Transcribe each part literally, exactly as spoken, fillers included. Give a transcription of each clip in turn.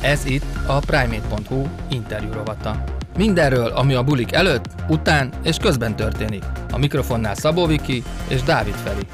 Ez itt a Primate pont hu interjú rovata. Mindenről, ami a bulik előtt, után és közben történik. A mikrofonnál Szabó Viki és Dávid Feri.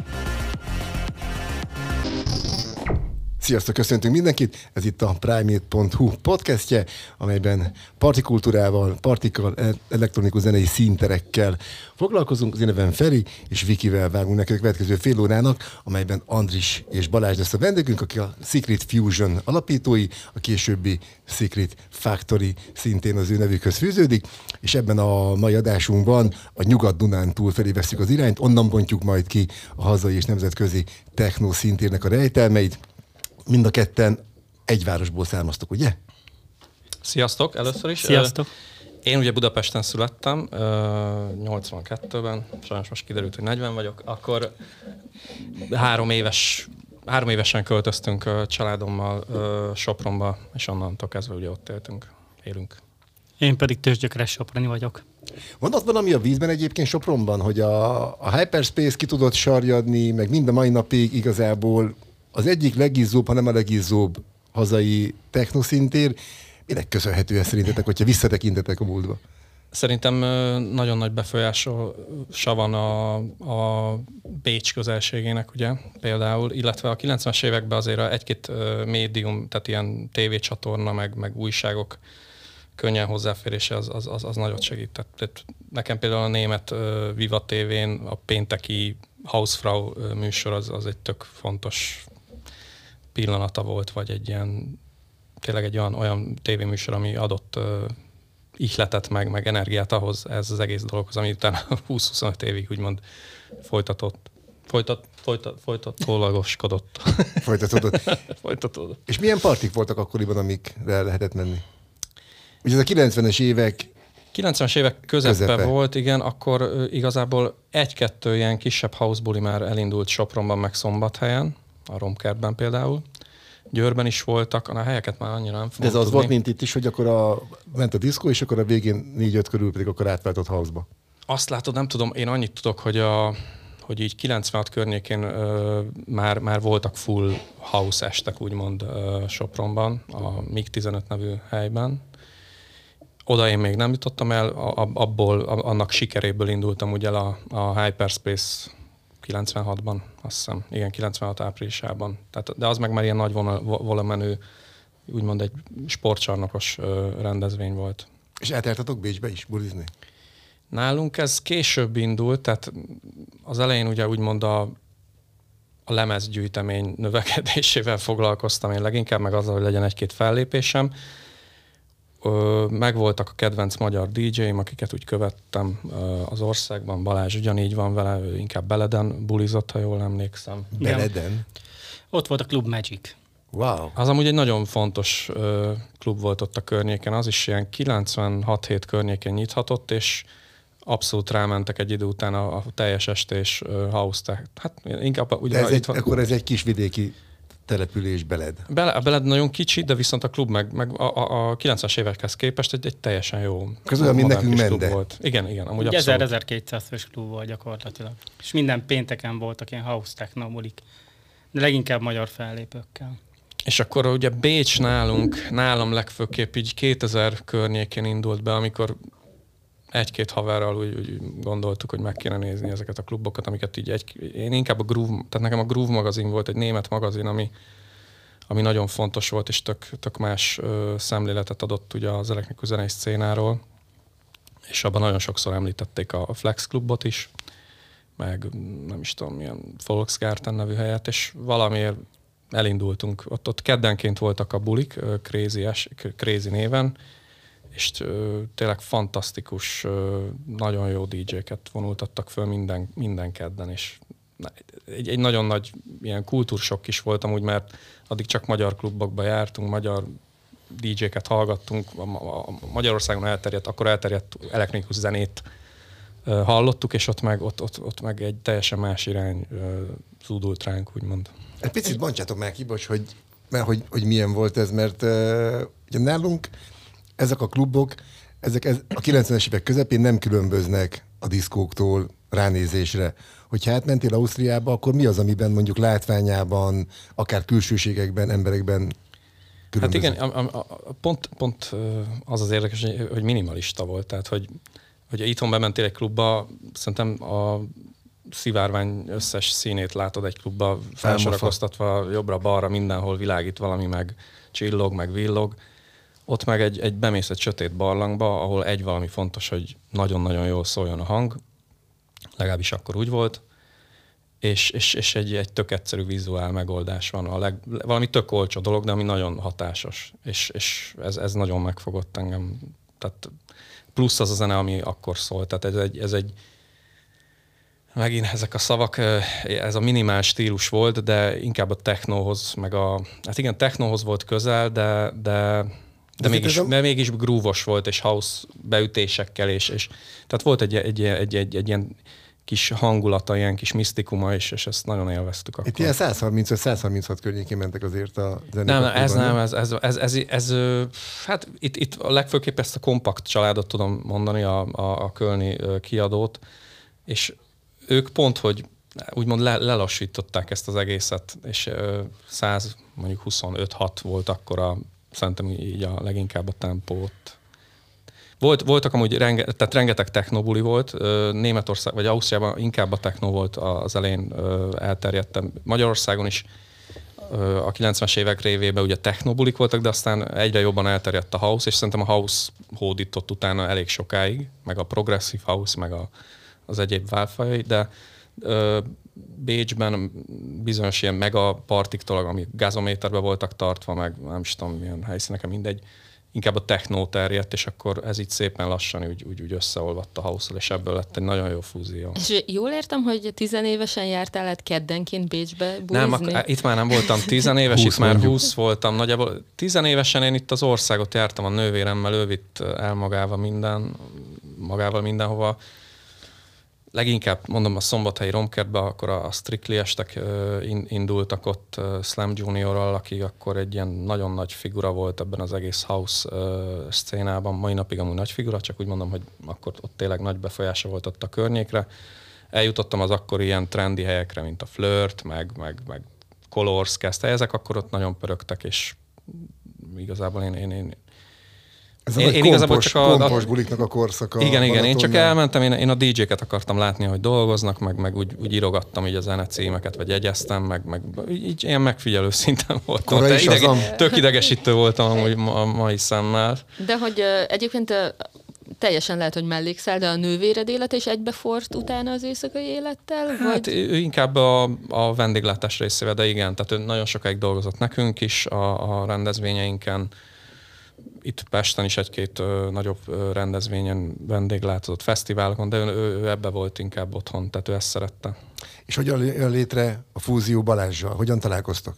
Sziasztok, köszöntünk mindenkit! Ez itt a Primate pont hu podcastje, amelyben partikultúrával, partikkal, elektronikus zenei színterekkel foglalkozunk. Az én nevem Feri, és Vikivel vágunk neki a következő fél órának, amelyben Andris és Balázs lesz a vendégünk, aki a Secret Fusion alapítói, a későbbi Secret Factory szintén az ő nevükhöz fűződik, és ebben a mai adásunkban a Nyugat-Dunántúl felé veszük az irányt, onnan bontjuk majd ki a hazai és nemzetközi techno szintérnek a rejtelmeit. Mind a ketten egy városból származtok, ugye? Sziasztok, először is. Sziasztok. Én ugye Budapesten születtem, nyolcvankettőben, sajnos most kiderült, hogy negyven vagyok, akkor három éves, három évesen költöztünk családommal Sopronba, és onnantól kezdve ugye ott éltünk, élünk. Én pedig tőzsgyökeres soproni vagyok. Van az valami a vízben egyébként Sopronban, hogy a, a Hyperspace ki tudott sarjadni, meg mind a mai napig igazából az egyik legizzóbb, hanem a legizzóbb hazai technoszintér. Minek köszönhető ez szerintetek, hogyha visszatekintetek a múltba? Szerintem nagyon nagy befolyása van a, a Bécs közelségének, ugye, például, illetve a kilencvenes években azért egy-két médium, tehát ilyen tévécsatorna, meg, meg újságok könnyen hozzáférése az, az, az, az nagyot segített. Tehát nekem például a német Viva té vén a pénteki Hausfrau műsor az, az egy tök fontos pillanata volt, vagy egy ilyen, tényleg egy olyan, olyan tévéműsor, ami adott uh, ihletet meg, meg energiát ahhoz, ez az egész dologhoz, ami utána húsz-huszonöt évig úgymond folytatott, folytat, folytat, folytatólagoskodott. Folytatódott. Folytatódott. És milyen partik voltak akkoriban, amikre lehetett menni? Ugye ez a kilencvenes évek kilencvenes évek közepe, közepe volt, igen, akkor uh, igazából egy-kettő ilyen kisebb housebuli már elindult Sopronban, meg Szombathelyen, a Romkertben például. Győrben is voltak, a helyeket már annyira nem fogom De ez az tudni. volt, mint itt is, hogy akkor a, ment a diszkó, és akkor a végén négy-öt körül pedig akkor átváltott house-ba. Azt látod, nem tudom, én annyit tudok, hogy, a, hogy így kilencvenhat környékén ö, már, már voltak full house estek, úgymond ö, Sopronban, a mig tizenöt nevű helyben. Oda én még nem jutottam el, abból, annak sikeréből indultam ugye el a, a Hyperspace kilencvenhatban, azt hiszem. Igen, kilencvenhat áprilisában. Tehát, de az meg már ilyen nagy volumenű, úgymond egy sportcsarnokos rendezvény volt. És eltártatok Bécsbe is bulizni? Nálunk ez később indult, tehát az elején ugye úgymond a, a lemezgyűjtemény növekedésével foglalkoztam én leginkább, meg azzal, hogy legyen egy-két fellépésem. Megvoltak a kedvenc magyar dé dzséim, akiket úgy követtem az országban. Balázs ugyanígy van vele, ő inkább Beleden bulizott, ha jól emlékszem. Beleden? Ott volt a Club Magic. Wow. Az amúgy egy nagyon fontos uh, klub volt ott a környéken, az is ilyen kilencvenhat hét környékén nyithatott, és abszolút rámentek egy idő után a, a teljes estés uh, house. Hát inkább ugye... Ez egy, van... Akkor ez egy kisvidéki település, Beled. Bele, a Beled nagyon kicsi, de viszont a klub meg, meg a, a, a kilencvenes évekhez képest egy, egy teljesen jó. Ez olyan, mint nekünk Mende. Volt. Igen, igen. Amúgy ezer-ezerkétszáz fős klub volt gyakorlatilag. És minden pénteken voltak ilyen house techno bulik. De leginkább magyar fellépőkkel. És akkor ugye Bécs nálunk, nálam legfőképp így kétezer környékén indult be, amikor egy-két haverral úgy, úgy gondoltuk, hogy meg kéne nézni ezeket a klubokat, amiket így egy... Én inkább a Groove, tehát nekem a Groove magazin volt, egy német magazin, ami, ami nagyon fontos volt, és tök, tök más ö, szemléletet adott ugye az elektronikus zenei szcénáról, és abban nagyon sokszor említették a, a Flex klubot is, meg nem is tudom, milyen Volksgarten nevű helyet, és valamiért elindultunk. Ott, ott keddenként voltak a bulik, Crazy, Crazy néven, és ö, tényleg fantasztikus, ö, nagyon jó dé dzséket vonultattak föl minden, minden kedden, és egy, egy nagyon nagy ilyen kultúrsokk is volt amúgy, mert addig csak magyar klubokba jártunk, magyar dé dzséket hallgattunk, a, a, a Magyarországon elterjedt, akkor elterjedt elektronikus zenét ö, hallottuk, és ott meg, ott, ott, ott meg egy teljesen más irány ö, zúdult ránk, úgymond. Egy picit bontsátok már ki, bocs, hogy, mert, hogy, hogy milyen volt ez, mert uh, ugye nálunk ezek a klubok, ezek ez, a kilencvenes évek közepén nem különböznek a diszkóktól ránézésre. Hogyha átmentél Ausztriába, akkor mi az, amiben mondjuk látványában, akár külsőségekben, emberekben Hát igen, a, a, a, pont, pont az az érdekes, hogy minimalista volt. Tehát, hogy, hogy itthon bementél egy klubba, szerintem a szivárvány összes színét látod egy klubba, felsorakoztatva jobbra-balra, mindenhol világít valami, meg csillog, meg villog. Ott meg egy, egy bemész egy sötét barlangba, ahol egy valami fontos, hogy nagyon-nagyon jól szóljon a hang, legalábbis akkor úgy volt, és, és, és egy, egy tök egyszerű vizuál megoldás van. A leg, valami tök olcsó dolog, de ami nagyon hatásos, és, és ez, ez nagyon megfogott engem. Tehát plusz az a zene, ami akkor szólt. Tehát ez egy, ez egy megint ezek a szavak, ez a minimál stílus volt, de inkább a technóhoz, meg a, hát igen, technóhoz volt közel, de, de, de, mégis, a... de mégis groove-os volt, és house beütésekkel, és, és tehát volt egy, egy, egy, egy, egy ilyen kis hangulata, ilyen kis misztikuma, és, és ezt nagyon élveztük akkor. Itt ilyen száz harmincöt száz harminchat környékén mentek azért a zenék. Nem, ez nem, ez, ez, ez, ez, ez, ez hát itt, itt a legfőképp ezt a kompakt családot tudom mondani, a, a, a kölni kiadót, és ők pont, hogy úgymond le, lelassították ezt az egészet, és száz, mondjuk huszonöt hat volt akkor a, szerintem így a leginkább a tempót. Volt, voltak amúgy, renge, tehát rengeteg technobuli volt, Németország, vagy Ausztriában inkább a techno volt az elején elterjedtem. Magyarországon is a kilencvenes évek révében ugye technobulik voltak, de aztán egyre jobban elterjedt a house, és szerintem a house hódított utána elég sokáig, meg a progressive house, meg a, az egyéb válfajai, de ö, Bécsben bizonyos ilyen mega partiktól, amik gazométerben voltak tartva, meg nem is tudom, milyen helyszíneken, mindegy, inkább a technó terjedt, és akkor ez így szépen lassan úgy, úgy, úgy összeolvadt a house-szal, és ebből lett egy nagyon jó fúzió. És jól értem, hogy tizenévesen jártál át keddenként Bécsbe bulizni? Nem, ak- itt már nem voltam tizenéves, itt már húsz voltam. Nagyjából tizenévesen én itt az országot jártam a nővéremmel, ő vitt el magával minden, magával mindenhova. Leginkább, mondom, a szombathelyi Romkertbe, akkor a Strictly estek indultak ott Slam Juniorral, aki akkor egy ilyen nagyon nagy figura volt ebben az egész house szcénában. Mai napig amúgy nagy figura, csak úgy mondom, hogy akkor ott tényleg nagy befolyása volt ott a környékre. Eljutottam az akkori ilyen trendi helyekre, mint a Flirt, meg, meg, meg Colors kezdte. Ezek akkor ott nagyon pörögtek, és igazából én, én, én Ez a én, én kompos, csak a, kompos buliknak a korszaka. Igen, igen, én csak Balatonnyal. elmentem, én, én a dé dzséket akartam látni, hogy dolgoznak, meg, meg úgy, úgy írogattam így a zenecímeket, vagy jegyeztem, meg, meg így ilyen megfigyelő szinten voltam. Kora is Idege, az tök idegesítő voltam amúgy ma, a mai szemmel. De hogy uh, egyébként uh, teljesen lehet, hogy mellékszál, de a nővéred élete is egybefort utána az éjszakai élettel? Hát vagy? ő inkább a, a vendéglátás részével, de igen, tehát ő nagyon sokáig dolgozott nekünk is a, a rendezvényeinken. Itt Pesten is egy-két ö, nagyobb ö, rendezvényen vendéglátozott, fesztiválokon, de ő, ő, ő ebbe volt inkább otthon, tehát ő ezt szerette. És hogyan jön létre a fúzió Balázssal? Hogyan találkoztok?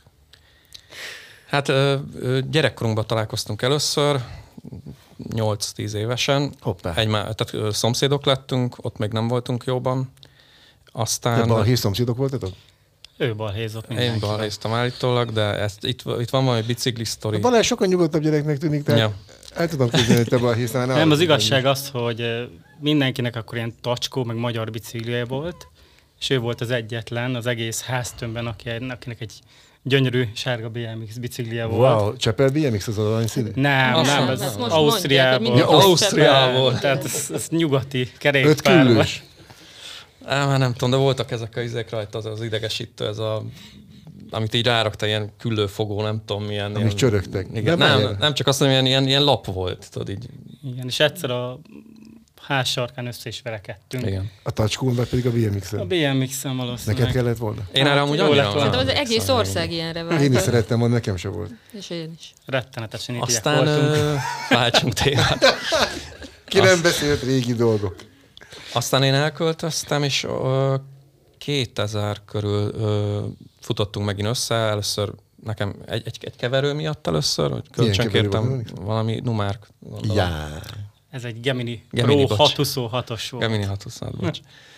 Hát ö, ö, gyerekkorunkban találkoztunk először, nyolc-tíz évesen. Hoppá. Egymá, tehát ö, szomszédok lettünk, ott még nem voltunk jóban. Aztán... Te balhés szomszédok voltatok? Ő balhézott mindenki. Én balhéztam állítólag, de ezt, itt, itt van valami bicikli sztori. Balázs sokkal nyugodtabb gyereknek tűnik, tehát Ja. el tudom képzelni, hogy te balhésztál. Nem, az igazság az, hogy mindenkinek akkor ilyen tacskó, meg magyar biciklije volt, és ő volt az egyetlen az egész háztömbben, aki, akinek egy gyönyörű sárga bé em iksz biciklije volt. Wow, Csepel bé em iksz az aranyszínű? Nem, Azt nem, sem, ez ezt most Ausztriából. mondják, hogy Ja, Ausztriából. Tehát ez, ez nyugati Öt kerékpár. küllős. Á, már nem tudom, de voltak ezek a izék rajta, az, az idegesítő, ez a, amit így rárakta, ilyen küllőfogó, nem tudom milyen. Amik ilyen, csörögtek. Igen, De nem, várjál. nem csak azt mondom, ilyen, ilyen, ilyen lap volt, tudod így. Igen, és egyszer a ház sarkán össze is verekedtünk. Igen. A tacskón, vagy pedig a bé em A iksz-en? bé em iksz-en valószínűleg. Neked kellett volna? Én erre amúgy jó annyira... lett volna. Szerintem az egész ország ilyenre vált. Én is szerettem volna, nekem se volt. És én is. Rettenetesen irigyek Aztán voltunk. ö, váltsunk témát. Ki nem beszélt régi dolgok? Aztán én elköltöztem, és ö, kétezer körül ö, futottunk megint össze. Először nekem egy, egy, egy keverő miatt először, hogy Milyen keverő kölcsönkértem volt? valami numárk. gondolom. Já. Ez egy Gemini, Gemini, Pro bocs. hatszázhuszonhatos volt. Gemini hatszázhuszonhat, bocs.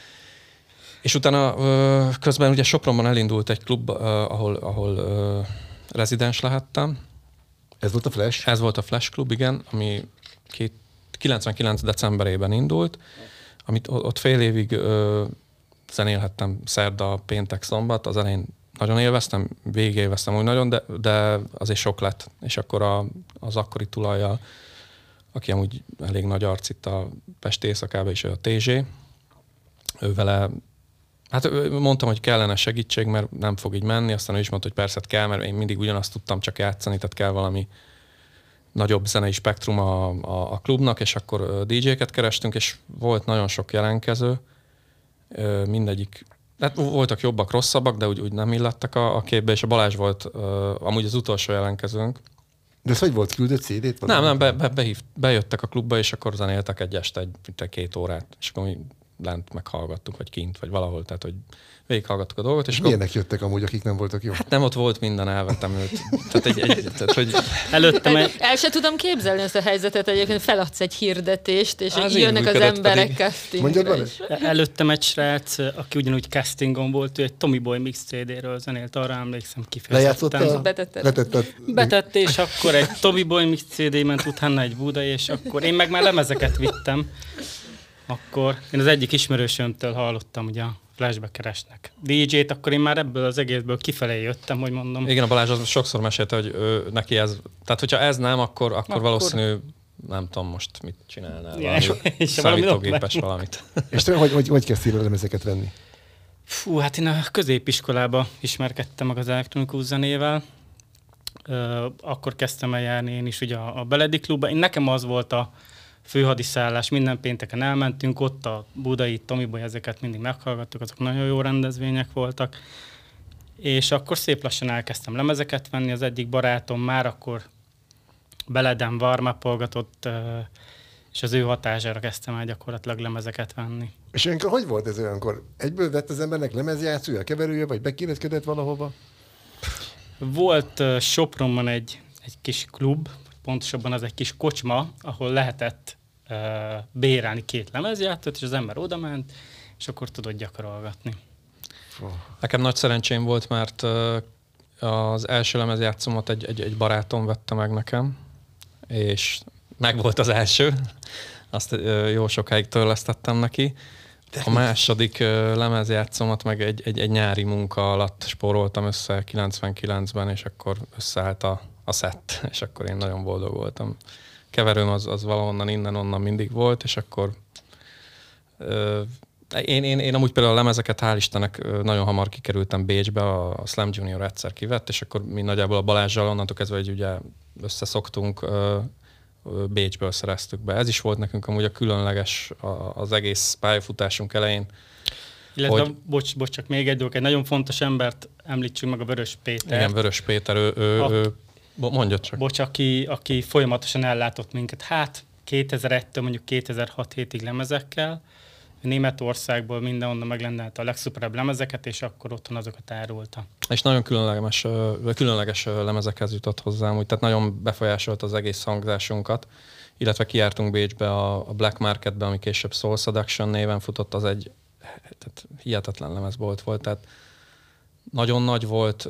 És utána ö, közben ugye Sopronban elindult egy klub, ö, ahol, ahol ö, rezidens lehettem. Ez volt a Flash? Ez volt a Flash Club, igen, ami két, kilencvenkilenc decemberében indult, amit ott fél évig ö, zenélhettem szerda, péntek, szombat, az elején nagyon élveztem, végig élveztem úgy nagyon, de, de azért sok lett. És akkor a, az akkori tulajjal, aki amúgy elég nagy arc itt a Pesti éjszakában is, a té zé, ő vele, hát mondtam, hogy kellene segítség, mert nem fog így menni, aztán ő is mondta, hogy persze kell, mert én mindig ugyanazt tudtam csak játszani, tehát kell valami nagyobb zenei spektrum a, a, a klubnak, és akkor dé jéket kerestünk, és volt nagyon sok jelentkező, mindegyik, hát voltak jobbak, rosszabbak, de úgy, úgy nem illettek a, a képbe, és a Balázs volt uh, amúgy az utolsó jelentkezőnk. De ez hogy volt? Küldött cé dét? Nem, nem, be, be, behív, bejöttek a klubba, és akkor zenéltek egy este, egy, egy két órát, és akkor mi lent meghallgattuk, vagy kint, vagy valahol, tehát hogy végighallgattuk a dolgot. És milyenek akkor... jöttek amúgy, akik nem voltak jó? Hát nem ott volt minden, elvettem őt. Tehát egy, egy, tehát, hogy... Előttem egy... El se tudom képzelni ezt a helyzetet, egyébként feladsz egy hirdetést, és Az így jönnek az emberek pedig. castingra is. Előttem egy srác, aki ugyanúgy castingon volt, ő egy Tommy Boy mix cé dé-ről zenélt, arra emlékszem kifejezetten. Lejátszottál? Betetted. Letetted? Betett, és akkor egy Tommy Boy mix cé dé ment, utána egy Buda, és akkor én meg már lemezeket vittem. Akkor én az egyik ismerősömtől hallottam, ugye a Flashbe keresnek dé jét, akkor én már ebből az egészből kifelé jöttem, hogy mondom. Igen, a Balázs az sokszor mesélte, hogy ő, neki ez, tehát hogyha ez nem, akkor, akkor, akkor... valószínű, nem tudom most mit csinálnál, Ja, valami szállítógépes valamit. És te hogy, hogy, hogy kezdtél a lemezeket venni? Fú, hát én a középiskolába ismerkedtem meg az elektronikus zenével. Ö, akkor kezdtem el járni én is ugye a, a Beledi klubba. Én nekem az volt a főhadiszállás, minden pénteken elmentünk, ott a budai Tomiboly, ezeket mindig meghallgattuk, azok nagyon jó rendezvények voltak. És akkor szép lassan elkezdtem lemezeket venni, az egyik barátom már akkor Beleden warm-upolgatott, és az ő hatására kezdtem el gyakorlatilag lemezeket venni. És olyankor hogy volt ez olyankor? Egyből vett az embernek lemezjátszója, keverője, vagy bekéreckedett valahova? Volt uh, Sopronban egy, egy kis klub, pontosabban az egy kis kocsma, ahol lehetett uh, bérelni két lemezjátszót, és az ember oda ment, és akkor tudott gyakorolgatni. Oh. Nekem nagy szerencsém volt, mert uh, az első lemezjátszómat egy, egy, egy barátom vette meg nekem, és meg volt az első, azt uh, jó sokáig törlesztettem neki. A második uh, lemezjátszómat meg egy, egy, egy nyári munka alatt spóroltam össze kilencvenkilencben, és akkor összeállt a, a szett, és akkor én nagyon boldog voltam. Keverőm az, az valahonnan, innen-onnan mindig volt, és akkor uh, én, én, én amúgy például a lemezeket, hál' Istennek, nagyon hamar kikerültem Bécsbe, a, a Slam Junior egyszer kivett, és akkor mi nagyjából a Balázsral onnantól kezdve, hogy ugye összeszoktunk, uh, Bécsből szereztük be. Ez is volt nekünk amúgy a különleges az egész pályafutásunk elején. Illetve, hogy... bocs, bocs, csak még egy dolog, egy nagyon fontos embert említsünk meg, a Vörös Péter. Igen, Vörös Péter, ő, ő, a... ő... mondjad csak. Bocs, aki, aki folyamatosan ellátott minket, hát kétezer-egytől mondjuk kétezer-hat hétig lemezekkel, Németországból mindenhonnan megrendelte a legszuperebb lemezeket, és akkor otthon azokat árulta. És nagyon különleges, különleges lemezekhez jutott hozzám, úgy, tehát nagyon befolyásolt az egész hangzásunkat, illetve kijártunk Bécsbe a, a Black Marketbe, ami később Soul Seduction néven futott, az egy tehát hihetetlen lemezbolt volt, tehát nagyon nagy volt,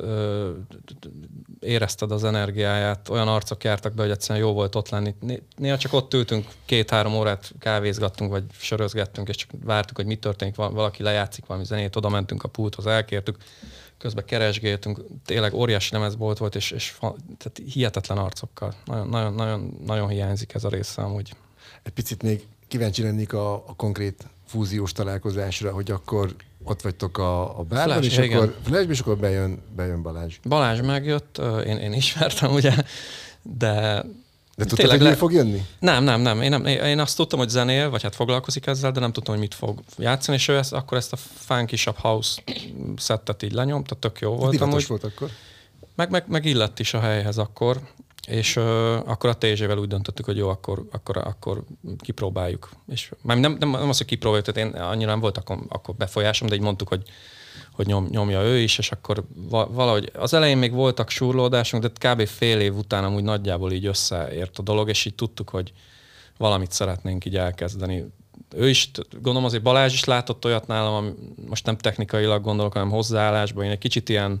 érezted az energiáját, olyan arcok jártak be, hogy egyszerűen jó volt ott lenni. Néha csak ott ültünk, két-három órát kávézgattunk, vagy sörözgettünk, és csak vártuk, hogy mi történik, valaki lejátszik valami zenét, oda mentünk a pulthoz, elkértük, közben keresgéltünk, tényleg óriási lemezbolt volt, és, és tehát hihetetlen arcokkal. Nagyon, nagyon, nagyon, nagyon hiányzik ez a része amúgy. Egy picit még kíváncsi lennék a, a konkrét fúziós találkozásra, hogy akkor ott vagytok a, a bárban, Flash, és igen. akkor Flashbe, és akkor bejön, bejön Balázs. Balázs megjött, én, én ismertem, ugye, de... De tudtad, hogy le... mi fog jönni? Nem, nem, nem. Én, nem. én azt tudtam, hogy zenél, vagy hát foglalkozik ezzel, de nem tudtam, hogy mit fog játszani, és ő ezt, akkor ezt a funky-sabb house szettet így lenyomta, tök jó volt. Divatos volt akkor? Meg, meg, meg illett is a helyhez akkor, és uh, akkor a té zével úgy döntöttük, hogy jó, akkor, akkor, akkor kipróbáljuk. És nem, nem, nem az, hogy kipróbáljuk, tehát én annyira nem volt akkor, akkor befolyásom, de így mondtuk, hogy, hogy nyom, nyomja ő is, és akkor valahogy az elején még voltak súrlódásunk, de kb. Fél év után amúgy nagyjából így összeért a dolog, és így tudtuk, hogy valamit szeretnénk így elkezdeni. Ő is, gondolom azért Balázs is látott olyat nálam, ami most nem technikailag gondolok, hanem hozzáállásban, én egy kicsit ilyen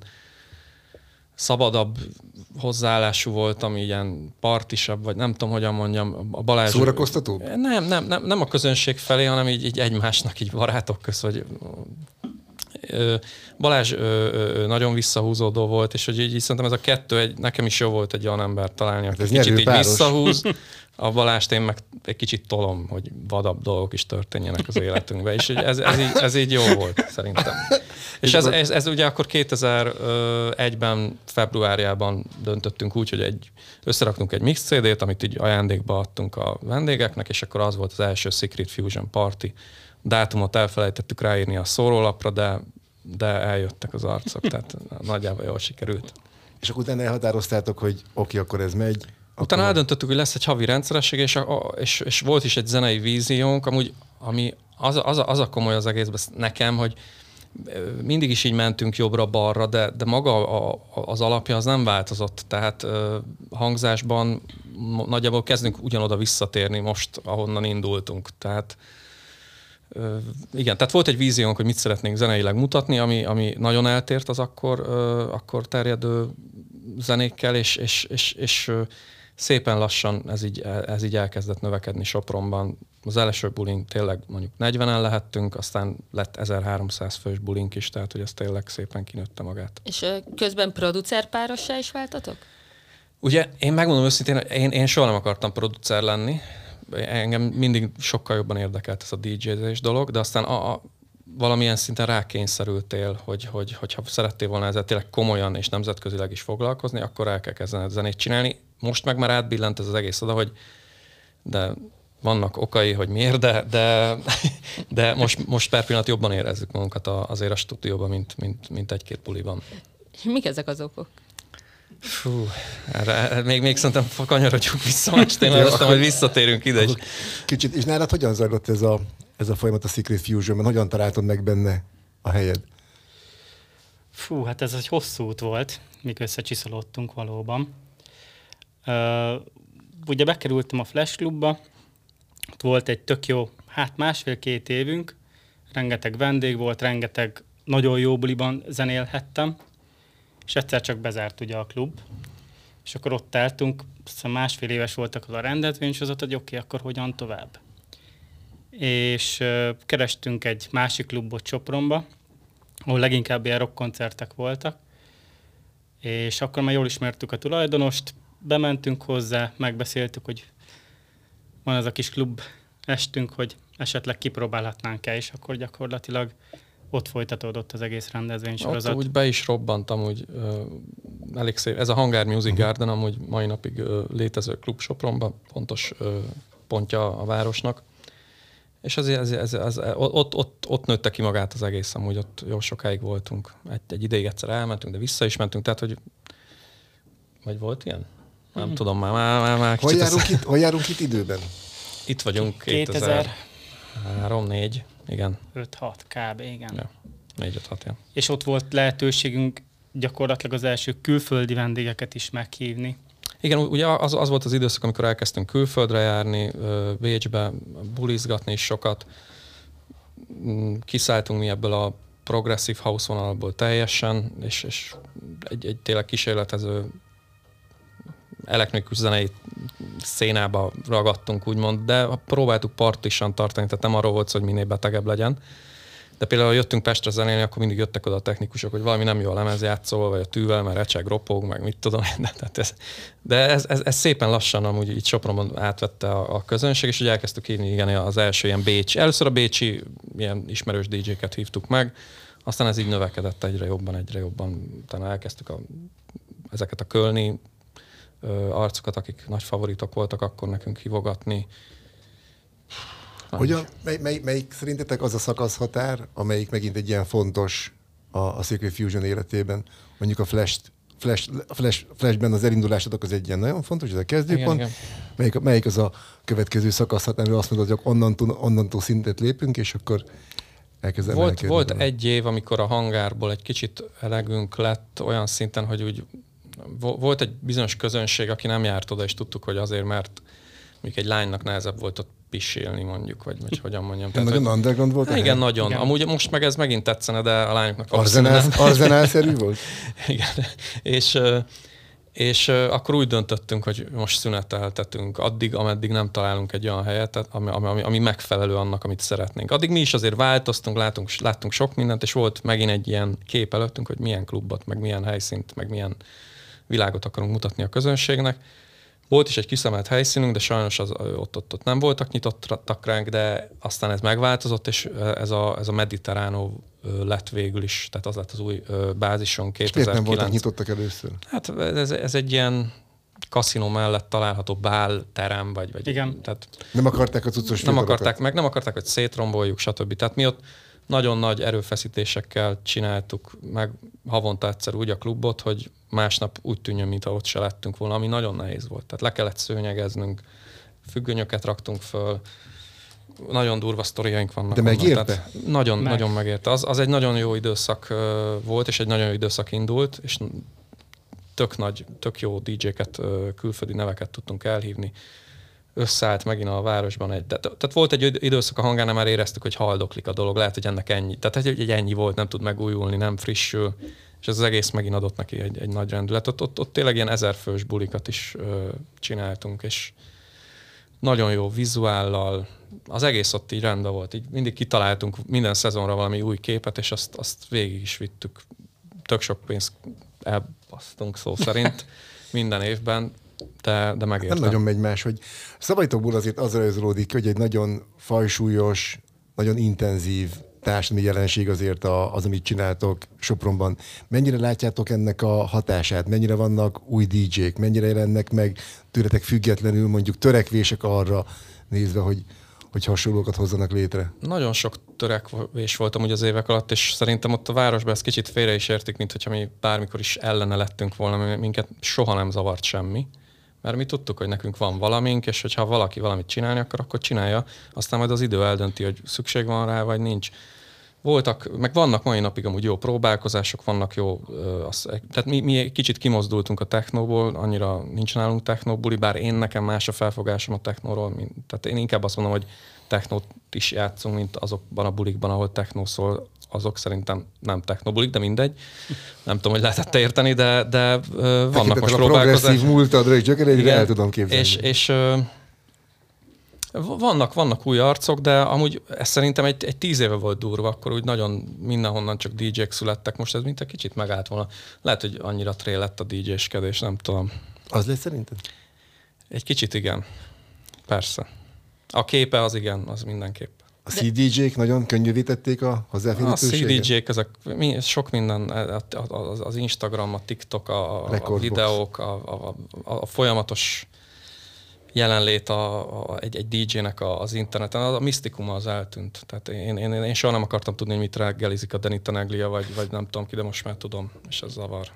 szabadabb hozzáállású voltam, ilyen partisabb, vagy nem tudom, hogyan mondjam. A Balázs... Szórakoztatóbb? Nem, nem, nem, nem a közönség felé, hanem így, így egymásnak, így barátok köz, hogy... Balázs nagyon visszahúzódó volt, és hogy így szerintem ez a kettő, egy, nekem is jó volt egy olyan embert találni, aki kicsit így visszahúz, a Balást én meg egy kicsit tolom, hogy vadabb dolgok is történjenek az életünkben, és ez, ez, így, ez így jó volt szerintem. És ez, ez, ez ugye akkor kétezer-egyben februárjában döntöttünk úgy, hogy egy, összeraktunk egy mix cé dét, amit így ajándékba adtunk a vendégeknek, és akkor az volt az első Secret Fusion Party. Dátumot elfelejtettük ráírni a szórólapra, de, de eljöttek az arcok, tehát nagyjából jól sikerült. És akkor utána elhatároztátok, hogy oké, akkor ez megy. Utána akkor... eldöntöttük, hogy lesz egy havi rendszeresség, és, a, és, és volt is egy zenei víziónk, amúgy, ami az, az, az a komoly az egészben nekem, hogy mindig is így mentünk jobbra-balra, de, de maga a, az alapja az nem változott. Tehát uh, hangzásban nagyjából kezdünk ugyanoda visszatérni most, ahonnan indultunk. Tehát uh, igen, tehát volt egy víziónk, hogy mit szeretnénk zeneileg mutatni, ami, ami nagyon eltért az akkor, uh, akkor terjedő zenékkel, és, és, és, és uh, szépen lassan ez így, ez így elkezdett növekedni Sopronban. Az első bulink tényleg mondjuk negyvenen lehettünk, aztán lett ezerháromszáz fős bulink is, tehát hogy ez tényleg szépen kinőtte magát. És közben producerpárossá is váltatok? Ugye én megmondom őszintén, én, én soha nem akartam producer lenni. Engem mindig sokkal jobban érdekelt ez a dé jé-zés dolog, de aztán a, a, valamilyen szinten rákényszerültél, hogy, hogy, hogyha szerettél volna ezzel tényleg komolyan és nemzetközileg is foglalkozni, akkor el kell kezdened zenét csinálni. Most meg már átbillent ez az egész oda, hogy de vannak okai, hogy miért, de, de, de most, most per pillanat jobban érezzük magunkat azért a stúdióban, mint, mint, mint egy-két buliban. Mik ezek az okok? Fú, erre, még, még szerintem kanyarodjunk vissza, most én aztán majd visszatérünk ide is. Kicsit, és nálad hogyan zajlott ez a, ez a folyamat a Secret Fusion-ben? Hogyan találtad meg benne a helyed? Fú, hát ez egy hosszú út volt, míg összecsiszolódtunk valóban. Uh, ugye bekerültem a Flash Clubba, ott volt egy tök jó, hát másfél-két évünk, rengeteg vendég volt, rengeteg nagyon jó buliban zenélhettem, és egyszer csak bezárt ugye a klub, és akkor ott álltunk, aztán másfél éves voltak az a rendezvénysorozat, hogy oké, okay, akkor hogyan tovább. És uh, kerestünk egy másik klubot Sopronba, ahol leginkább ilyen rockkoncertek voltak, és akkor már jól ismertük a tulajdonost, bementünk hozzá, megbeszéltük, hogy van ez a kis klub estünk, hogy esetleg kipróbálhatnánk-e, és akkor gyakorlatilag ott folytatódott az egész rendezvénysorozat. Ott úgy be is robbantam, úgy uh, elég szép. Ez a Hangar Music Garden amúgy mai napig uh, létező klub Sopronban, pontos uh, pontja a városnak. És ez, ez, ez, ez, ott, ott, ott nőtte ki magát az egész, amúgy ott jó sokáig voltunk. Egy, egy ideig egyszer elmentünk, de vissza is mentünk, tehát hogy vagy volt ilyen? Nem hmm. tudom, már, már, már, már hol, járunk itt, hol járunk itt időben? Itt vagyunk kétezer-három négy, igen. öt-hat kb. Igen. Ja, négy öt hat, ja. És ott volt lehetőségünk gyakorlatilag az első külföldi vendégeket is meghívni. Igen, ugye az, az volt az időszak, amikor elkezdtünk külföldre járni, Bécsbe, bulizgatni is sokat. Kiszálltunk mi ebből a progressive house vonalból teljesen, és, és egy, egy tényleg kísérletező elektronikus zenei szénába ragadtunk, úgymond, de próbáltuk partisan tartani, tehát nem arról volt szó, hogy minél betegebb legyen. De például, ha jöttünk Pestre zenélni, akkor mindig jöttek oda a technikusok, hogy valami nem jó a lemezjátszóval, vagy a tűvel, mert recseg, ropog, meg mit tudom. De ez, de ez, ez, ez szépen lassan amúgy itt Sopronban átvette a, a közönség, és ugye elkezdtük hívni igen, az első ilyen bécsi. Először a bécsi ilyen ismerős dé jéket hívtuk meg, aztán ez így növekedett egyre jobban, egyre jobban. Utána elkezdtük a, ezeket a kölni ö, arcokat, akik nagy favoritok voltak, akkor nekünk hívogatni. Hogyan, mely, mely, melyik szerintetek az a szakaszhatár, amelyik megint egy ilyen fontos a, a Secret Fusion életében? Mondjuk a Flash, Flash, Flash, Flashben az elindulásotok az egy ilyen nagyon fontos, ez a kezdőpont. Igen, igen. Melyik, melyik az a következő szakaszhatár, amiről azt mondod, hogy onnantól, onnantól szintet lépünk, és akkor elkezd Volt, volt egy év, amikor a hangárból egy kicsit elegünk lett olyan szinten, hogy úgy volt egy bizonyos közönség, aki nem járt oda, és tudtuk, hogy azért, mert mondjuk egy lánynak nehezebb volt ott pisélni, mondjuk, vagy, vagy hogyan mondjam. Tehát, nagyon hogy, underground volt? Igen, helyen? Nagyon. Igen. Amúgy most meg ez megint tetszene, de a lányoknak valószínűleg nem. Arzenálszerű volt? Igen. És, És uh, akkor úgy döntöttünk, hogy most szüneteltetünk addig, ameddig nem találunk egy olyan helyet, ami, ami, ami megfelelő annak, amit szeretnénk. Addig mi is azért változtunk, látunk, láttunk sok mindent, és volt megint egy ilyen kép előttünk, hogy milyen klubot, meg milyen helyszínt, meg milyen világot akarunk mutatni a közönségnek. Volt is egy kiszemelt helyszínünk, de sajnos az, ott, ott, ott nem voltak nyitottak ránk, de aztán ez megváltozott, és ez a, ez a Mediterránó lett végül is, tehát az lett az új bázison kétezer-kilenc. Miért nem voltak nyitottak először? Hát ez, ez egy ilyen kaszinó mellett található bálterem, vagy... vagy igen. Tehát nem akarták a cuccos Nem akarták meg, nem akarták, hogy szétromboljuk, stb. Tehát mi ott nagyon nagy erőfeszítésekkel csináltuk meg havonta egyszer úgy a klubot, hogy másnap úgy tűnjön, mintha ott se lettünk volna, ami nagyon nehéz volt. Tehát le kellett szőnyegeznünk, függönyöket raktunk föl, nagyon durva sztoriaink vannak. De megérte? Nagyon, meg. nagyon megérte. Az, az egy nagyon jó időszak volt, és egy nagyon jó időszak indult, és tök nagy, tök jó dé dzséket, külföldi neveket tudtunk elhívni. Összeállt megint a városban egy... De, tehát volt egy időszak a hangánál, már éreztük, hogy haldoklik a dolog, lehet, hogy ennek ennyi. Tehát egy, egy ennyi volt, nem tud megújulni, nem frissül, és ez az egész megint adott neki egy, egy nagy rendület. Ott, ott, ott tényleg ilyen ezerfős bulikat is ö, csináltunk, és nagyon jó vizuállal, az egész ott így rendben volt. Így mindig kitaláltunk minden szezonra valami új képet, és azt, azt végig is vittük. Tök sok pénzt elbasztunk szó szerint minden évben, de, de megértem. Nem nagyon megy más, hogy Szabadítókból azért az rajzolódik, hogy egy nagyon fajsúlyos, nagyon intenzív társadalmi jelenség azért az, amit csináltok Sopronban. Mennyire látjátok ennek a hatását? Mennyire vannak új dé dzsék? Mennyire jelennek meg tőletek függetlenül mondjuk törekvések arra nézve, hogy, hogy hasonlókat hozzanak létre? Nagyon sok törekvés voltam ugye az évek alatt, és szerintem ott a városban ezt kicsit félre is értik, mint hogyha mi bármikor is ellene lettünk volna, minket soha nem zavart semmi. Mert mi tudtuk, hogy nekünk van valamink, és hogyha valaki valamit csinálni akar, akkor csinálja. Aztán majd az idő eldönti, hogy szükség van rá, vagy nincs. Voltak, meg vannak mai napig amúgy jó próbálkozások, vannak jó... Az, tehát mi, mi kicsit kimozdultunk a technóból, annyira nincs nálunk technóbuli, bár én nekem más a felfogásom a technóról. Mint, tehát én inkább azt mondom, hogy technót is játszunk, mint azokban a bulikban, ahol technó szól. Azok szerintem nem technobulik, de mindegy. Nem tudom, hogy lehetett érteni, de, de uh, vannak most a próbálkozások. progresszív múltadra és gyökereidre el tudom képzelni. És, és uh, vannak, vannak új arcok, de amúgy ez szerintem egy, egy tíz éve volt durva, akkor úgy nagyon mindenhonnan csak dé dzsék születtek. Most ez mint egy kicsit megállt volna. Lehet, hogy annyira tré lett a dé dzséskedés, nem tudom. Az lesz szerinted? Egy kicsit igen. Persze. A képe az igen, az mindenképp. A cé dé dzsék nagyon könnyűvé tették a hozzáférhetőséget? A cé dé dzsék, ezek mi, sok minden, az Instagram, a TikTok, a, a videók, a, a, a, a folyamatos jelenlét a, a, egy, egy dé dzsének az interneten, a misztikuma az eltűnt. Tehát én, én, én soha nem akartam tudni, hogy mit reggelizik a Danny Tenaglia, vagy, vagy nem tudom ki, de most már tudom, és ez zavar.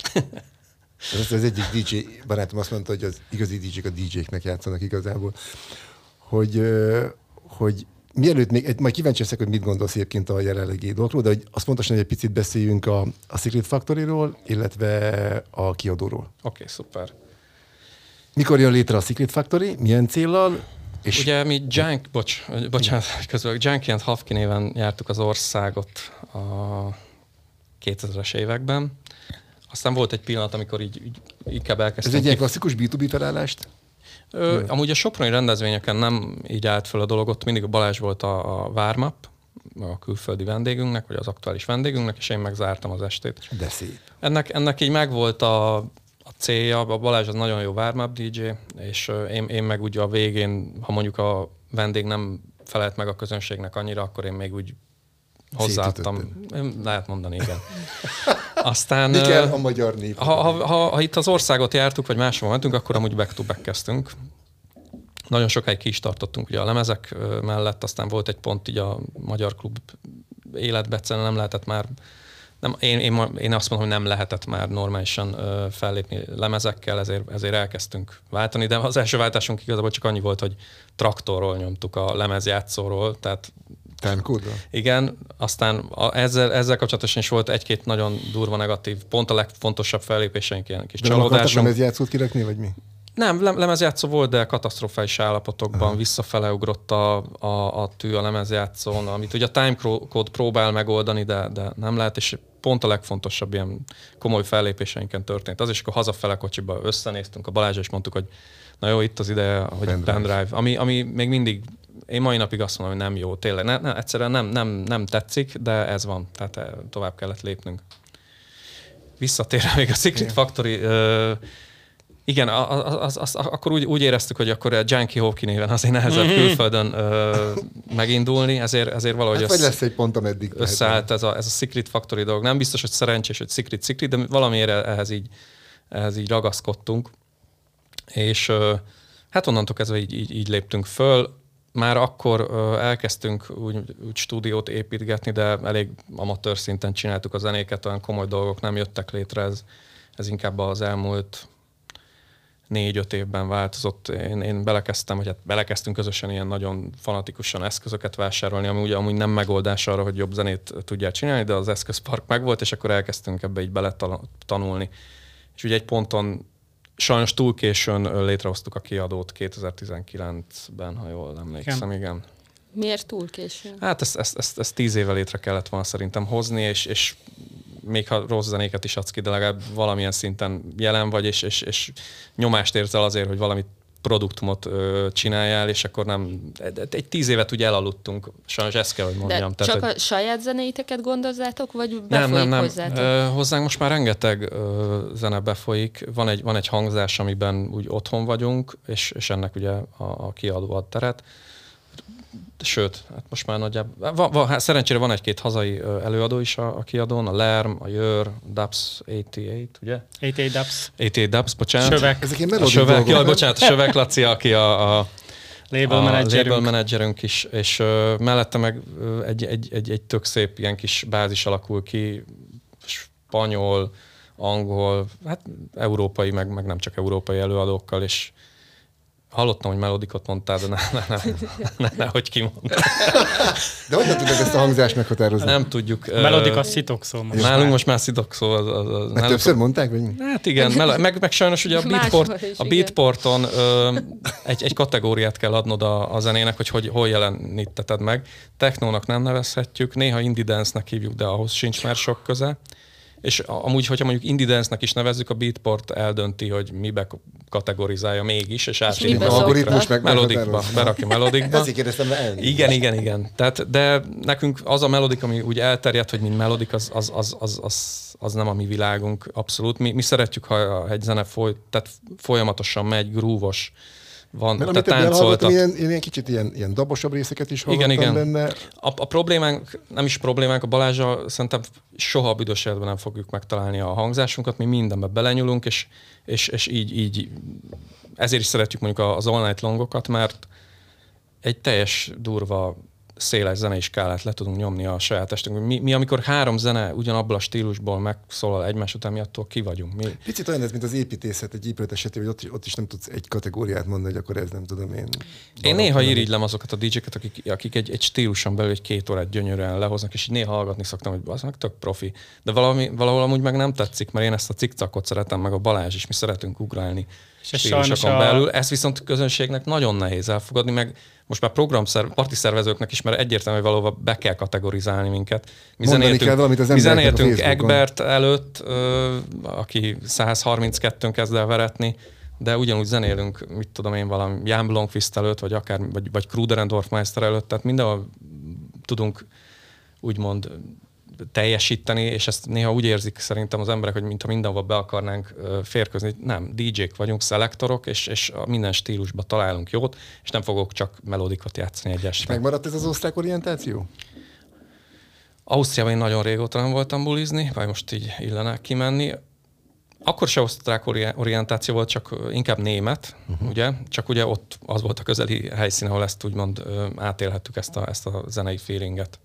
Ez az egyik dé dzsé barátom azt mondta, hogy az igazi dé dzsék a dé dzséknek játszanak igazából. Hogy, hogy mielőtt még, majd kíváncsi leszek, hogy mit gondolsz egyébként a jelenlegi dolgokról, de hogy azt fontos, hogy egy picit beszéljünk a, a Secret Factoryról, illetve a kiadóról. Oké, okay, szuper. Mikor jön létre a Secret Factory? Milyen céllal? És ugye mi Junk, bocs, bocsánat, közben Junkie and Hafki néven jártuk az országot a kétezres években. Aztán volt egy pillanat, amikor így, így inkább elkezdtünk. Ez egy ilyen klasszikus bé kettő bé felállást? Ö, amúgy a soproni rendezvényeken nem így állt fel a dolog, ott mindig a Balázs volt a, a warm-up, a külföldi vendégünknek, vagy az aktuális vendégünknek, és én megzártam az estét. De szép. Ennek, ennek így megvolt a, a célja, a Balázs az nagyon jó warm-up dé dzsé, és én, én meg ugye a végén, ha mondjuk a vendég nem felelt meg a közönségnek annyira, akkor én még úgy hozzáadtam. Lehet mondani, igen. Aztán, mi kell a magyar nép? Ha, ha, ha, ha itt az országot jártuk, vagy máshol mentünk, akkor amúgy back-to-back kezdtünk. Nagyon sokáig ki is tartottunk ugye a lemezek mellett, aztán volt egy pont így a magyar klub életbe, egyszerűen nem lehetett már, nem, én, én, én azt mondom, hogy nem lehetett már normálisan uh, fellépni lemezekkel, ezért, ezért elkezdtünk váltani, de az első váltásunk igazából csak annyi volt, hogy traktorról nyomtuk a lemezjátszóról, tehát Timecode-ra? Igen, aztán a, ezzel, ezzel kapcsolatosan is volt egy-két nagyon durva negatív, pont a legfontosabb fellépéseink, ilyen kis csalódásunk. De nem akartak lemezjátszót kirakni, vagy mi? Nem, lemezjátszó volt, de katasztrofális állapotokban. Aha. Visszafele ugrott a, a, a tű a lemezjátszón, amit ugye a Timecode próbál megoldani, de, de nem lehet, és pont a legfontosabb ilyen komoly fellépéseinken történt. Az is, akkor hazafele kocsiba összenéztünk a Balázsra, és mondtuk, hogy na jó, itt az ideje, hogy pendrive, pendrive ami, ami még mindig, én mai napig azt mondom, hogy nem jó, tényleg, ne, ne, egyszerűen nem, nem, nem tetszik, de ez van, tehát tovább kellett lépnünk. Visszatérve még a Secret Factory, uh, igen, az, az, az, akkor úgy, úgy éreztük, hogy akkor a Junkie Hockey néven azért nehezebb mm-hmm. külföldön uh, megindulni, ezért, ezért valahogy hát, vagy lesz egy pont, ameddig összeállt ez a, ez a Secret Factory dolog. Nem biztos, hogy szerencsés, hogy Secret Secret, de valamiért ehhez így, ehhez így ragaszkodtunk. És uh, hát onnantól kezdve így, így, így léptünk föl. Már akkor uh, elkezdtünk úgy, úgy stúdiót építgetni, de elég amatőr szinten csináltuk a zenéket, olyan komoly dolgok nem jöttek létre, ez, ez inkább az elmúlt négy-öt évben változott. Én, én belekezdtem, vagy hát belekezdtünk közösen ilyen nagyon fanatikusan eszközöket vásárolni, ami ugye amúgy nem megoldás arra, hogy jobb zenét tudjál csinálni, de az eszközpark megvolt, és akkor elkezdtünk ebbe így beletanulni. És ugye egy ponton sajnos túl későn létrehoztuk a kiadót kétezer-tizenkilencben, ha jól emlékszem, igen. igen. Miért túl későn? Hát ezt, ezt, ezt, ezt tíz évvel létre kellett volna szerintem hozni, és, és még ha rossz zenéket is adsz ki, de legalább valamilyen szinten jelen vagy, és, és, és nyomást érzel azért, hogy valami produktumot ö, csináljál, és akkor nem... Egy tíz évet ugye elaludtunk, sajnos ezt kell, hogy mondjam. De csak tehát, a saját zenéiteket gondozzátok, vagy befolyik nem, nem, nem. hozzátok? Ö, hozzánk most már rengeteg ö, zene befolyik. Van egy, van egy hangzás, amiben úgy otthon vagyunk, és, és ennek ugye a, a kiadó ad teret. Sőt, hát most már nagyjából... Va, va, hát szerencsére van egy-két hazai előadó is a, a kiadón, a Lerm, a Jör, Dubs nyolcvannyolc, ugye? nyolcvannyolc Dubs. nyolcvannyolc Dubs, bocsánat. Sövek. Ezek ilyen a melodik Sövek, dolgok. jaj, bocsánat, a Sövek Laci, aki a, a label, a managerünk. label managerünk is, és uh, mellette meg uh, egy, egy, egy, egy tök szép ilyen kis bázis alakul ki, spanyol, angol, hát európai, meg, meg nem csak európai előadókkal, és hallottam, hogy melodikot mondtál, de ne, ne, ne, ne, ne hogy kimondtál. De hogyan tudod ezt a hangzást meghatározni? Nem tudjuk. Melodik a szitokszó most. Nálunk már. most már szitokszó. Az, az, az, Meg többször mondták? Vagy? Hát igen, melo- meg, meg sajnos ugye a, Beatport, is, a igen. Beatporton ö, egy, egy kategóriát kell adnod a, a zenének, hogy, hogy hol jeleníteted meg. Technónak nem nevezhetjük, néha indie dance-nek hívjuk, de ahhoz sincs már sok köze. És amúgy, hogyha mondjuk indie dance-nek is nevezzük, a Beatport eldönti, hogy mibe kategorizálja mégis, és átvinni mibe a algoritmus meg melodikba, meghatározza. berakja melodikba. Ezért kérdeztem le elni. Igen, igen, igen. Tehát, de nekünk az a melodik, ami úgy elterjedt, hogy mint melodik, az, az, az, az, az, az nem a mi világunk abszolút. Mi, mi szeretjük, ha egy zene foly, tehát folyamatosan megy, grúvos, van, Mert tehát amit táncoltat. ilyen, ilyen kicsit ilyen, ilyen dabosabb részeket is hallottam Igen, igen. benne. A, a problémánk, nem is problémánk, a Balázsral szerintem soha a büdös életben nem fogjuk megtalálni a hangzásunkat, mi mindenbe belenyúlunk, és, és, és így, így, ezért is szeretjük mondjuk az All Night Longokat, mert egy teljes durva széles zenei skálát le tudunk nyomni a saját testünkben. Mi, mi amikor három zene ugyanabból a stílusból megszólal egymás után, mi attól ki vagyunk. Mi... Picit olyan ez, mint az építészet egy épület esetében, hogy ott, ott is nem tudsz egy kategóriát mondani, hogy akkor ez nem tudom én. Én néha irigylem azokat a dé jéket, akik, akik egy, egy stíluson belül egy két órát gyönyörűen lehoznak, és így néha hallgatni szoktam, hogy az meg tök profi. De valami, valahol amúgy meg nem tetszik, mert én ezt a cikcakot szeretem, meg a Balázs is, mi szeretünk ugrálni stílusokon a... belül. Ezt viszont közönségnek nagyon nehéz elfogadni, meg most már programszerv, partiszervezőknek is, mert egyértelmű, hogy valóban be kell kategorizálni minket. Mi zenéltünk, mi zenéltünk Egbert előtt, ö, aki száz harminckettőn kezd el veretni, de ugyanúgy zenélünk, mit tudom én, valami Jan Blomqvist előtt, vagy akár, vagy, vagy Kruder and Dorfmeister előtt, tehát mindenhol tudunk úgymond teljesíteni, és ezt néha úgy érzik szerintem az emberek, hogy mintha mindenhova be akarnánk férkőzni. Nem, dé jék vagyunk, szelektorok, és, és a minden stílusba találunk jót, és nem fogok csak melodikot játszani egy este. Megmaradt ez az osztrák orientáció? Ausztriában én nagyon régóta nem voltam bulizni, vagy most így illene kimenni. Akkor se osztrák orientáció volt, csak inkább német, uh-huh. ugye? Csak ugye ott az volt a közeli helyszín, ahol ezt úgymond átélhettük, ezt a, ezt a zenei feelinget.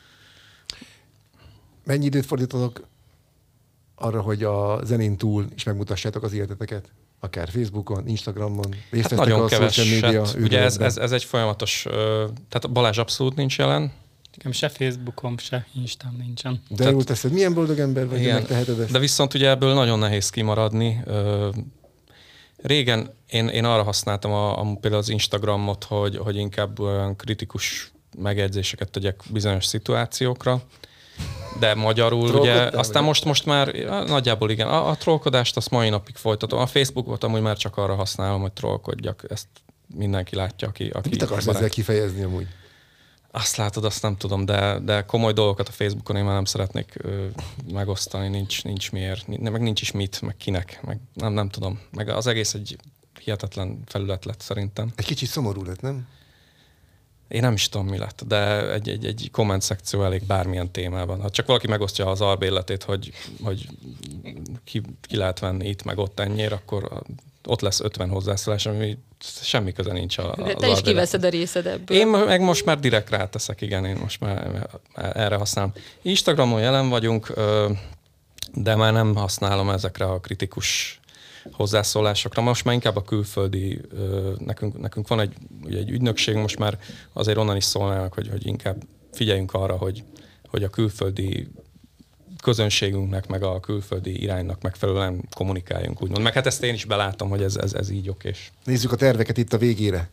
Mennyi időt fordítotok arra, hogy a zenén túl is megmutassátok az életeteket? Akár Facebookon, Instagramon, részt hát nagyon a social media keveset. Ugye ez, ez, ez egy folyamatos, tehát Balázs abszolút nincs jelen. Nekem se Facebookom, se Instám nincsen. De tehát, jól teszed, milyen boldog ember vagy, hogy megteheted ezt? De viszont ugye ebből nagyon nehéz kimaradni. Régen én, én arra használtam a, a, például az Instagramot, hogy, hogy inkább olyan kritikus megjegyzéseket tegyek bizonyos szituációkra. de magyarul ugye, Trollkodtál, aztán vagy? most, most már nagyjából igen, a, a trollkodást azt mai napig folytatom. A Facebookot amúgy már csak arra használom, hogy trollkodjak, ezt mindenki látja, aki... aki Mit akarsz barát. ezzel kifejezni amúgy? Azt látod, azt nem tudom, de, de komoly dolgokat a Facebookon én már nem szeretnék ö, megosztani, nincs, nincs miért, meg nincs is mit, meg kinek, meg nem, nem tudom. Meg az egész egy hihetetlen felület lett szerintem. Egy kicsit szomorú lett, nem? Én nem is tudom, mi lett, de egy, egy, egy komment szekció elég bármilyen témában. Ha csak valaki megosztja az albérletét, hogy, hogy ki, ki lehet venni itt, meg ott ennyire, akkor ott lesz ötven hozzászólás, ami semmi köze nincs a, De te is kiveszed a részed ebből. Én meg most már direkt ráteszek, igen, én most már erre használom. Instagramon jelen vagyunk, de már nem használom ezekre a kritikus hozzászólásokra. Most már inkább a külföldi, nekünk, nekünk van egy, ugye egy ügynökség, most már azért onnan is szólnának, hogy, hogy inkább figyeljünk arra, hogy, hogy a külföldi közönségünknek, meg a külföldi iránynak megfelelően kommunikáljunk, úgymond. Meg hát ezt én is belátom, hogy ez, ez, ez így okés. Nézzük a terveket itt a végére.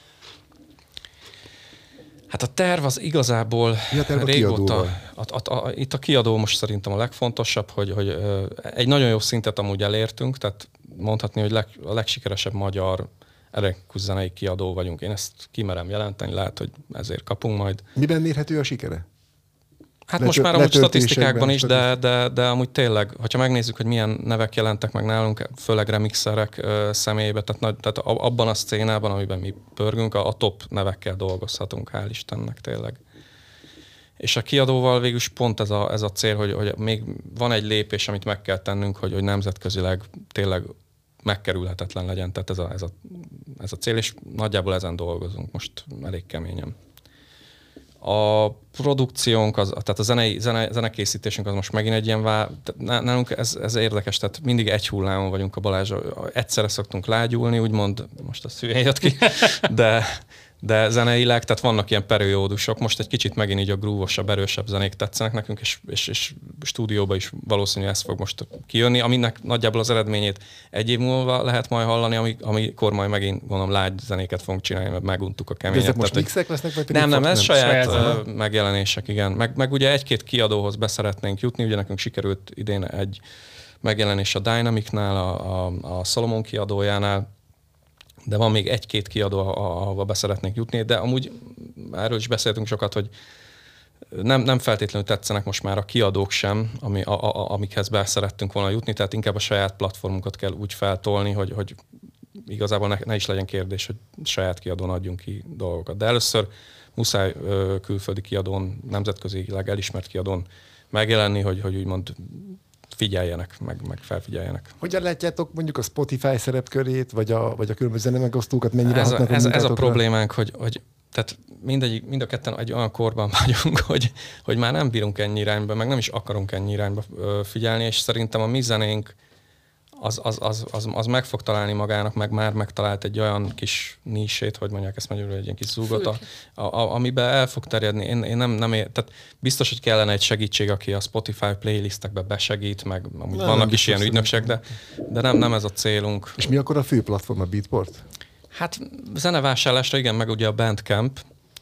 Hát a terv az igazából a terv a régóta... A, a, a, itt a kiadó most szerintem a legfontosabb, hogy, hogy ö, egy nagyon jó szintet amúgy elértünk, tehát mondhatni, hogy leg, a legsikeresebb magyar elektronikus zenei kiadó vagyunk. Én ezt kimerem jelenteni, lehet, hogy ezért kapunk majd. Miben mérhető a sikere? Hát Letö- most már amúgy letöltésekben, statisztikákban is, de, statisztik- de, de amúgy tényleg, hogyha megnézzük, hogy milyen nevek jelentek meg nálunk, főleg remixerek ö, személyébe, tehát, nagy, tehát abban a szcénában, amiben mi pörgünk, a, a top nevekkel dolgozhatunk, hál' Istennek tényleg. És a kiadóval végül is pont ez a, ez a cél, hogy, hogy még van egy lépés, amit meg kell tennünk, hogy, hogy nemzetközileg tényleg megkerülhetetlen legyen, tehát ez a, ez, a, ez a cél, és nagyjából ezen dolgozunk most elég keményen. A produkciónk, az, tehát a zenei, zene, zenekészítésünk az most megint egy ilyen vá... Nálunk ez, ez érdekes, tehát mindig egy hullámon vagyunk a Balázsra. Egyszerre szoktunk lágyulni, úgymond, most a szüvén jött ki, de, de zeneileg, tehát vannak ilyen periódusok. Most egy kicsit megint így a grúvosabb, erősebb zenék tetszenek nekünk, és, és, és stúdióban is valószínűleg ez fog most kijönni, aminek nagyjából az eredményét egy év múlva lehet majd hallani, ami, amikor majd megint, gondolom, lágy zenéket fogunk csinálni, mert meguntuk a keményet. Ezek most tehát, mixek lesznek? Vagy pedig nem, nem, fog- ez saját, saját uh, megjelenések, igen. Meg, meg ugye egy-két kiadóhoz beszeretnénk jutni, ugye nekünk sikerült idén egy megjelenés a Dynamicnál, a, a, a Solomon kiadójánál, de van még egy-két kiadó, ahova beszeretnénk jutni, de amúgy erről is beszéltünk sokat, hogy nem, nem feltétlenül tetszenek most már a kiadók sem, ami, a, a, amikhez beszerettünk volna jutni, tehát inkább a saját platformunkat kell úgy feltolni, hogy, hogy igazából ne, ne is legyen kérdés, hogy saját kiadón adjunk ki dolgokat. De először muszáj ö, külföldi kiadón, nemzetközileg elismert kiadón megjelenni, hogy, hogy úgymond figyeljenek, meg, meg felfigyeljenek. Hogyan látjátok mondjuk a Spotify szerepkörét, vagy a, vagy a különböző zenemegosztókat, mennyire Ez a, hatnak ez, ez a munkátokra? problémánk, hogy, hogy tehát mindegy, mind a ketten egy olyan korban vagyunk, hogy, hogy már nem bírunk ennyi irányba, meg nem is akarunk ennyi irányba figyelni, és szerintem a mi zenénk az, az, az, az, az meg fog találni magának, meg már megtalált egy olyan kis nisét, hogy mondják ezt magyarul, egy ilyen kis zúgot, a, a, amiben el fog terjedni. Én, én nem, nem ér, tehát biztos, hogy kellene egy segítség, aki a Spotify playlistekbe besegít, meg amúgy nem, vannak nem is biztos, ilyen ügynökség, de, de nem, nem ez a célunk. És mi akkor a fő platform, a Beatport? Hát zenevásárlásra igen, meg ugye a Bandcamp,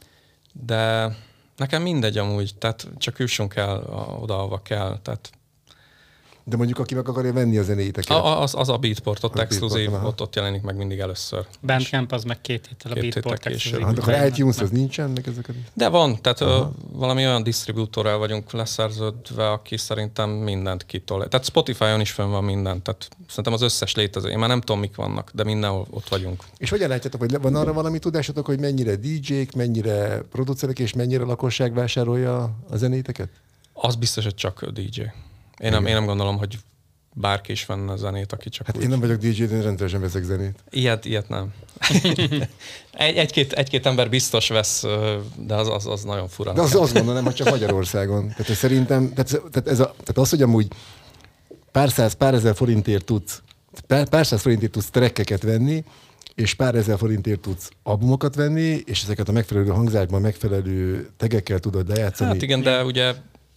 de nekem mindegy amúgy, tehát csak jussunk el a, oda, ahova kell. Tehát De mondjuk aki meg akarja venni a zenéiteket. a, a, az, az a Beatport, ott A exkluzív, Beatport, aha. ott, ott jelenik meg mindig először. Bandcamp az meg két héttel a Két Beatport héttel később. exkluzív. Hát akkor iTunes az nincsen, meg ezek a... De van, tehát ö, valami olyan disztribútorral vagyunk leszerződve, aki szerintem mindent kitol. Tehát Spotify-on is fönn van minden, tehát szerintem az összes létező. Én már nem tudom, mik vannak, de mindenhol ott vagyunk. És hogyan látjátok, hogy van arra valami tudásotok, hogy mennyire dé jék, mennyire producerek és mennyire lakosság vásárolja a zenéteket? Az biztos, hogy csak dé dzsé. Én nem, én nem gondolom, hogy bárki is venne a zenét, aki csak Hát úgy... én nem vagyok dé jé, de én rendszeresen veszek zenét. Ilyet, ilyet nem. Egy, egy-két, egy-két ember biztos vesz, de az, az, az nagyon fura. De az, azt mondanám, hogy csak Magyarországon. Tehát hogy szerintem, tehát, tehát, ez a, tehát az, hogy amúgy pár száz, pár ezer forintért tudsz, pár, pár száz forintért tudsz trekkeket venni, és pár ezer forintért tudsz albumokat venni, és ezeket a megfelelő hangzásban, megfelelő tegekkel tudod lejátszani. Hát igen, de ugye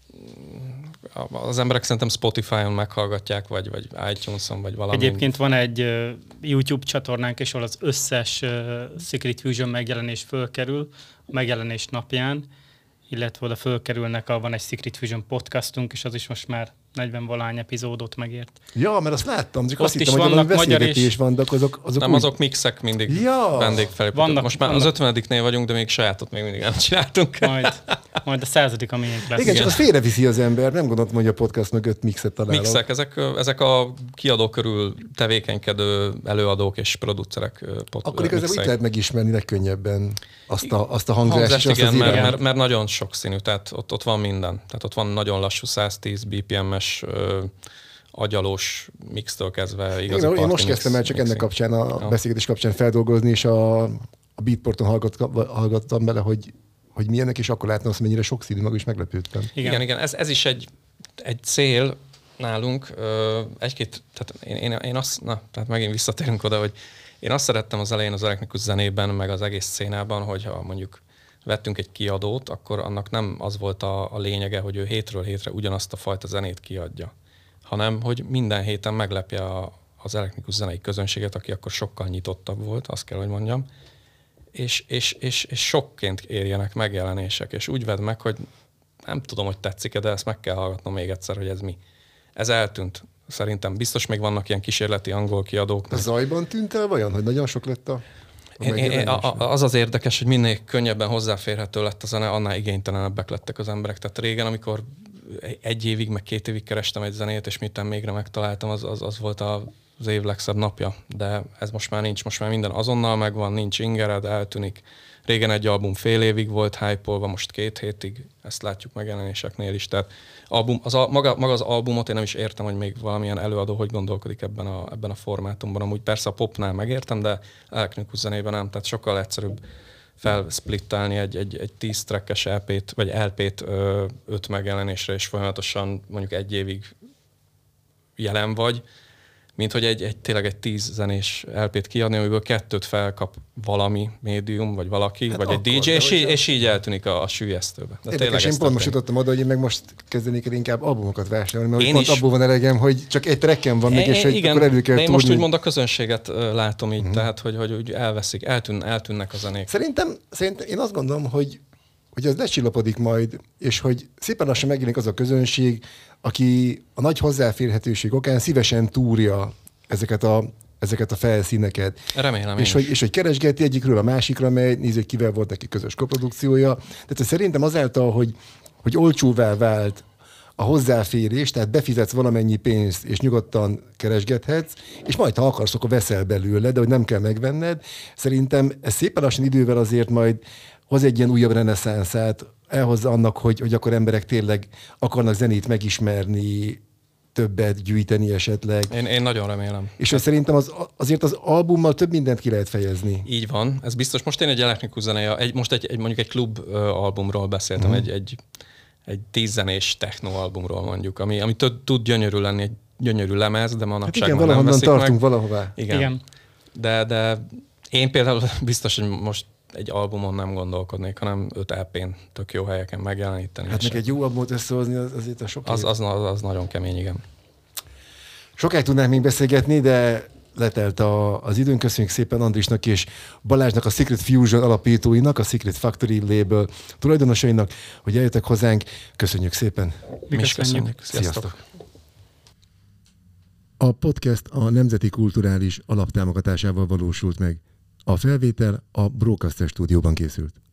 az emberek szerintem Spotify-on meghallgatják, vagy, vagy iTunes-on, vagy valami. Egyébként van egy uh, YouTube csatornánk is, ahol az összes uh, Secret Fusion megjelenés fölkerül a megjelenés napján, illetve oda fölkerülnek, a, van egy Secret Fusion podcastunk, és az is most már negyven-valány epizódot megért. Ja, mert azt láttam, csak Ott azt is hittem, hogy vannak valami magyar beszélgetés is. vannak, azok, azok Nem, úgy... azok mixek mindig Ja. vendégfelépítők. Vannak- Most már az vannak- ötvenediknél vagyunk, de még sajátot még mindig nem csináltunk. Majd, majd a századik a miénk lesz. Igen, csak az félreviszi az ember, nem gondoltam, hogy a podcast mögött mixet találok. Mixek, ezek, ezek a kiadó körül tevékenykedő előadók és producerek. Pot, Akkor igazából itt mixeik. lehet megismerni legkönnyebben azt a, azt a hangzást Hangzást, és azt igen, az mert, irányt. mert, mert nagyon sokszínű, tehát ott, ott van minden. Tehát ott van nagyon lassú száz tíz bé pé em-es ö, agyalós mixtől kezdve igazi Igen, én most party kezdtem el mix- csak ennek mixing. kapcsán, a Ja. beszélgetés kapcsán feldolgozni, és a, a Beatporton hallgattam, hallgattam bele, hogy, hogy milyenek, és akkor láttam azt, mennyire sokszínű, meg is meglepődtem. Igen, igen, igen. Ez, ez is egy, egy cél nálunk. Ö, egy-két, tehát én, én, én azt, na, tehát megint visszatérünk oda, hogy én azt szerettem az elején az elektronikus zenében, meg az egész szénában, hogyha mondjuk vettünk egy kiadót, akkor annak nem az volt a, a lényege, hogy ő hétről hétre ugyanazt a fajta zenét kiadja, hanem hogy minden héten meglepje a, az elektronikus zenei közönséget, aki akkor sokkal nyitottabb volt, azt kell, hogy mondjam, és, és, és, és sokként érjenek megjelenések, és úgy vedd meg, hogy nem tudom, hogy tetszik-e, de ezt meg kell hallgatnom még egyszer, hogy ez mi. Ez eltűnt. Szerintem biztos még vannak ilyen kísérleti angol kiadók. A zajban tűnt el vajon, hogy nagyon sok lett a, a Én, én, megjelenés? a, a, az az érdekes, hogy minél könnyebben hozzáférhető lett a zene, annál igénytelenebbek lettek az emberek. Tehát régen, amikor egy évig, meg két évig kerestem egy zenét, és miután mégre megtaláltam, az, az, az volt az év legszebb napja. De ez most már nincs, most már minden azonnal megvan, nincs ingered, eltűnik. Régen egy album fél évig volt hype-olva, most két hétig, ezt látjuk megjelenéseknél is. Tehát album, az, maga, maga az albumot én nem is értem, hogy még valamilyen előadó hogy gondolkodik ebben a, ebben a formátumban. Amúgy persze a popnál megértem, de elektronikus zenében nem. Tehát sokkal egyszerűbb felsplittálni egy, egy, egy tíz trackes é pét, vagy el pét ö, öt megjelenésre, és folyamatosan mondjuk egy évig jelen vagy, mint hogy egy, egy, tényleg egy tíz zenés el pét kiadni, amiből kettőt felkap valami médium, vagy valaki, Hát vagy akkor, egy dé dzsé, és, de így- hogyha- és így eltűnik a, a süllyesztőbe. De Érdekes, én ez pont most történik. jutottam oda, hogy én meg most kezdenék el inkább albumokat vásárolni, mert Én pont is. abból van elegem, hogy csak egy trekken van még, és hogy akkor elő kell de én most tudni. úgymond a közönséget ö, látom így, uh-huh. tehát hogy, hogy úgy elveszik, eltűn, eltűnnek a zenék. Szerintem, szerintem én azt gondolom, hogy, hogy az lecsillapodik majd, és hogy szépen lassan megjelenik az a közönség, aki a nagy hozzáférhetőség okán szívesen túrja ezeket a, ezeket a felszíneket. Remélem És én hogy, is. és hogy keresgeti egyikről a másikra megy, nézzük, hogy kivel volt neki közös koprodukciója. Tehát hogy szerintem azáltal, hogy, hogy olcsóvá vált a hozzáférés, tehát befizetsz valamennyi pénzt, és nyugodtan keresgethetsz, és majd, ha akarsz, akkor veszel belőle, de hogy nem kell megvenned. Szerintem ez szépen lassan idővel azért majd hoz egy ilyen újabb reneszánszát, elhozza annak, hogy, hogy akkor emberek tényleg akarnak zenét megismerni, többet gyűjteni esetleg. Én, én nagyon remélem. És hogy szerintem az, azért az albummal több mindent ki lehet fejezni. Így van, ez biztos. Most én egy elektronikus zenei, egy, most egy, egy, mondjuk egy klub uh, albumról beszéltem, Mhm. egy, egy, egy tízzenés techno albumról mondjuk, ami, ami tud, tud gyönyörű lenni, egy gyönyörű lemez, de Hát manapság igen, már nem valahonnan veszik tartunk meg. valahová. Igen. Igen. De, de én például biztos, hogy most egy albumon nem gondolkodnék, hanem öt é pén tök jó helyeken megjeleníteni. Hát és meg egy jó albumot összehozni, az, azért a sok az, év. az, az, az nagyon kemény, igen. Sokáig tudnánk még beszélgetni, de letelt a, az időnk. Köszönjük szépen Andrisnak és Balázsnak, a Secret Fusion alapítóinak, a Secret Factory label tulajdonosainak, hogy eljöttek hozzánk. Köszönjük szépen. Mi is köszönjük. köszönjük. Sziasztok. Sziasztok. A podcast a Nemzeti Kulturális Alaptámogatásával valósult meg. A felvétel a Broadcaster stúdióban készült.